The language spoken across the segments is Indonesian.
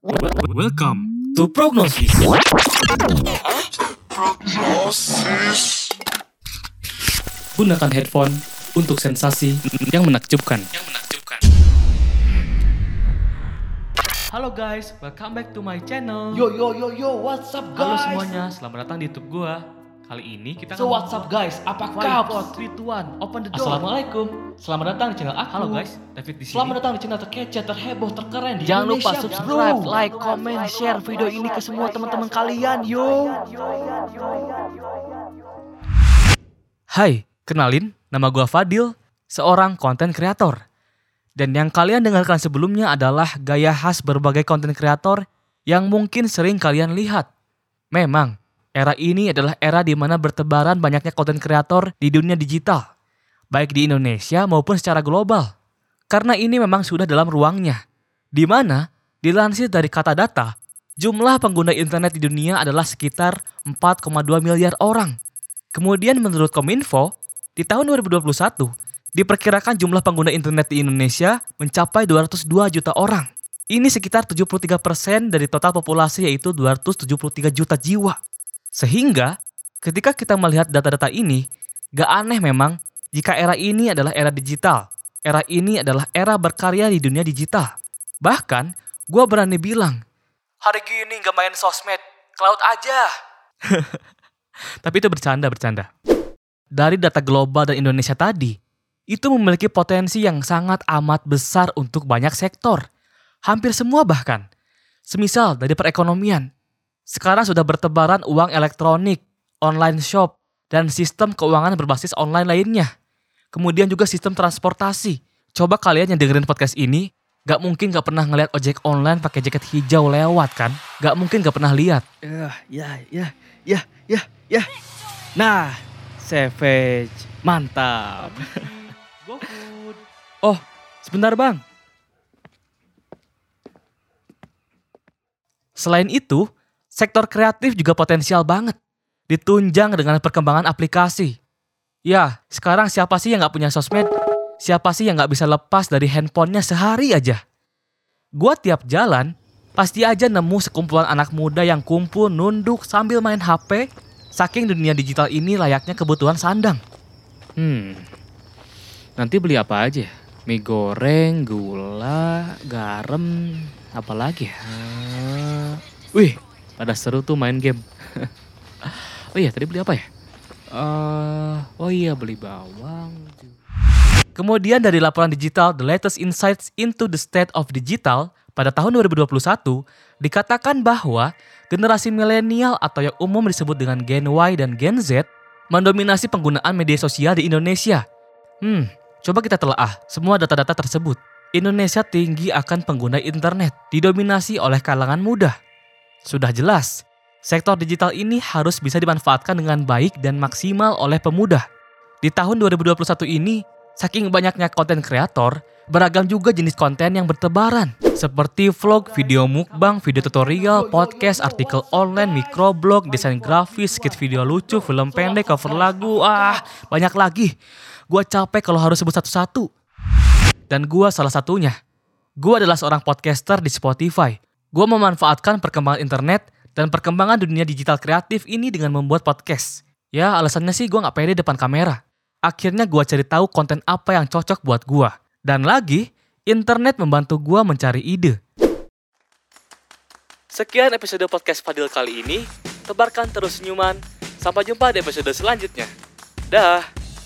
Welcome to Prognosis. Gunakan headphone untuk sensasi yang menakjubkan. Halo guys, welcome back to my channel. Yo, what's up Halo guys? semuanya, selamat datang di YouTube gua. Kali ini kita So what's up guys? Apa 5, kabar? 4, 3, 2, 1, open the door. Assalamualaikum. Selamat datang di channel aku. Halo guys, David di sini. Selamat datang di channel terkece, terheboh, terkeren di Jangan lupa Indonesia, subscribe, bro. like, comment, share video ini ke semua teman-teman kalian, yo. Hai, kenalin, nama gua Fadil, seorang konten kreator. Dan yang kalian dengarkan sebelumnya adalah gaya khas berbagai konten kreator yang mungkin sering kalian lihat. Memang, era ini adalah era di mana bertebaran banyaknya konten kreator di dunia digital, baik di Indonesia maupun secara global. Karena ini memang sudah dalam ruangnya, di mana dilansir dari kata data, jumlah pengguna internet di dunia adalah sekitar 4,2 miliar orang. Kemudian menurut Kominfo, di tahun 2021, diperkirakan jumlah pengguna internet di Indonesia mencapai 202 juta orang. Ini sekitar 73% dari total populasi, yaitu 273 juta jiwa. Sehingga ketika kita melihat data-data ini, gak aneh memang jika era ini adalah era digital. Era ini adalah era berkarya di dunia digital. Bahkan, gue berani bilang, hari gini gak main sosmed, cloud aja. Tapi itu bercanda. Dari data global dan Indonesia tadi, itu memiliki potensi yang sangat amat besar untuk banyak sektor. Hampir semua bahkan. Semisal dari perekonomian. Sekarang sudah bertebaran uang elektronik, online shop, dan sistem keuangan berbasis online lainnya. Kemudian juga sistem transportasi. Coba kalian yang dengerin podcast ini, gak mungkin gak pernah ngeliat ojek online pakai jaket hijau lewat kan? Gak mungkin gak pernah lihat. Ya. Nah, savage, mantap. GoFood. Oh, sebentar bang. Selain itu, sektor kreatif juga potensial banget. Ditunjang dengan perkembangan aplikasi. Ya, sekarang siapa sih yang gak punya sosmed? Siapa sih yang gak bisa lepas dari handphonenya sehari aja? Gua tiap jalan, pasti aja nemu sekumpulan anak muda yang kumpul nunduk sambil main HP. Saking dunia digital ini layaknya kebutuhan sandang. Nanti beli apa aja? Mie goreng, gula, garam, apa lagi ya? Wih, pada seru tuh main game. Oh iya, tadi beli apa ya? Beli bawang. Kemudian dari laporan digital The Latest Insights into the State of Digital pada tahun 2021, dikatakan bahwa generasi milenial atau yang umum disebut dengan Gen Y dan Gen Z mendominasi penggunaan media sosial di Indonesia. Coba kita telaah semua data-data tersebut. Indonesia tinggi akan pengguna internet, didominasi oleh kalangan muda. Sudah jelas, sektor digital ini harus bisa dimanfaatkan dengan baik dan maksimal oleh pemuda. Di tahun 2021 ini, saking banyaknya konten kreator, beragam juga jenis konten yang bertebaran. Seperti vlog, video mukbang, video tutorial, podcast, artikel online, microblog, desain grafis, skit video lucu, film pendek, cover lagu, banyak lagi. Gua capek kalau harus sebut satu-satu. Dan gua salah satunya. Gua adalah seorang podcaster di Spotify. Gua memanfaatkan perkembangan internet dan perkembangan dunia digital kreatif ini dengan membuat podcast. Ya, alasannya sih gua gak pede depan kamera. Akhirnya gua cari tahu konten apa yang cocok buat gua. Dan lagi, internet membantu gua mencari ide. Sekian episode podcast Fadil kali ini. Tebarkan terus senyuman. Sampai jumpa di episode selanjutnya. Dah.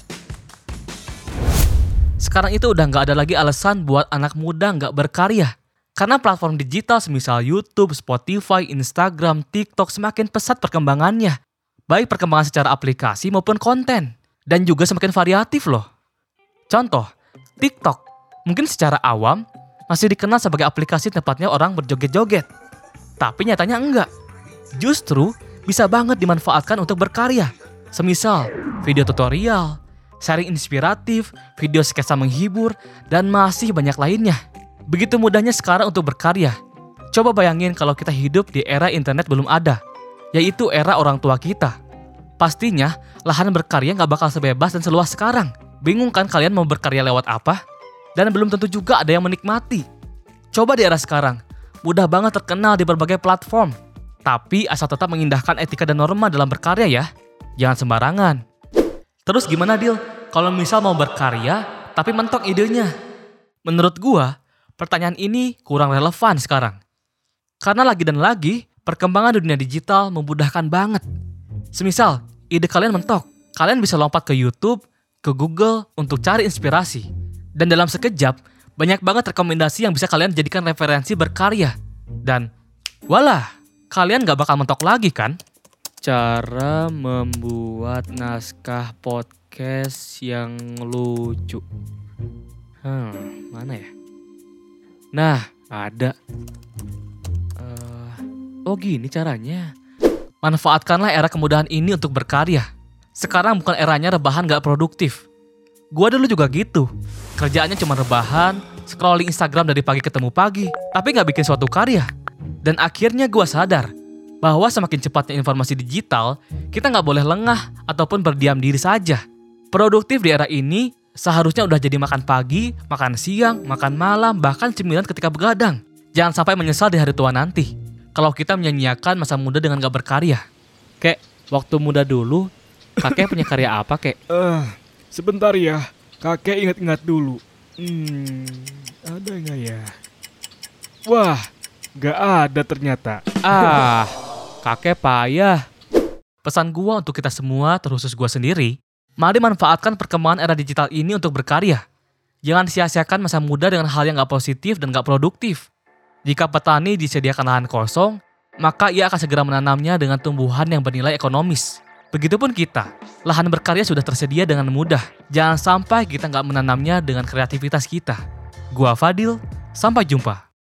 Sekarang itu udah gak ada lagi alasan buat anak muda gak berkarya. Karena platform digital semisal YouTube, Spotify, Instagram, TikTok semakin pesat perkembangannya. Baik perkembangan secara aplikasi maupun konten. Dan juga semakin variatif loh. Contoh, TikTok. Mungkin secara awam masih dikenal sebagai aplikasi tempatnya orang berjoget-joget. Tapi nyatanya enggak. Justru bisa banget dimanfaatkan untuk berkarya. Semisal video tutorial, sharing inspiratif, video sketsa menghibur, dan masih banyak lainnya. Begitu mudahnya sekarang untuk berkarya. Coba bayangin kalau kita hidup di era internet belum ada, yaitu era orang tua kita. Pastinya lahan berkarya gak bakal sebebas dan seluas sekarang. Bingung kan kalian mau berkarya lewat apa? Dan belum tentu juga ada yang menikmati. Coba di era sekarang, mudah banget terkenal di berbagai platform. Tapi asal tetap mengindahkan etika dan norma dalam berkarya ya. Jangan sembarangan. Terus gimana Dil? Kalau misal mau berkarya tapi mentok idenya? Menurut gua, pertanyaan ini kurang relevan sekarang. Karena lagi dan lagi, perkembangan dunia digital memudahkan banget. Semisal, ide kalian mentok, kalian bisa lompat ke YouTube, ke Google untuk cari inspirasi. Dan dalam sekejap, banyak banget rekomendasi yang bisa kalian jadikan referensi berkarya. Dan, walah, kalian gak bakal mentok lagi kan? Cara membuat naskah podcast yang lucu. Mana ya? Nah, ada. Oh gini caranya. Manfaatkanlah era kemudahan ini untuk berkarya. Sekarang bukan eranya rebahan gak produktif. Gua dulu juga gitu. Kerjaannya cuma rebahan, scrolling Instagram dari pagi ketemu pagi, tapi gak bikin suatu karya. Dan akhirnya gua sadar bahwa semakin cepatnya informasi digital, kita gak boleh lengah ataupun berdiam diri saja. Produktif di era ini seharusnya udah jadi makan pagi, makan siang, makan malam, bahkan cemilan ketika begadang. Jangan sampai menyesal di hari tua nanti kalau kita menyanyiakan masa muda dengan gak berkarya. Kek, waktu muda dulu, kakek punya karya apa kek? Sebentar ya, kakek ingat-ingat dulu. Ada nggak ya? Wah, nggak ada ternyata. Kakek payah. Pesan gua untuk kita semua, terkhusus gua sendiri, mari manfaatkan perkembangan era digital ini untuk berkarya. Jangan sia-siakan masa muda dengan hal yang gak positif dan gak produktif. Jika petani disediakan lahan kosong, maka ia akan segera menanamnya dengan tumbuhan yang bernilai ekonomis. Begitupun kita, lahan berkarya sudah tersedia dengan mudah. Jangan sampai kita gak menanamnya dengan kreativitas kita. Gua Fadil, sampai jumpa.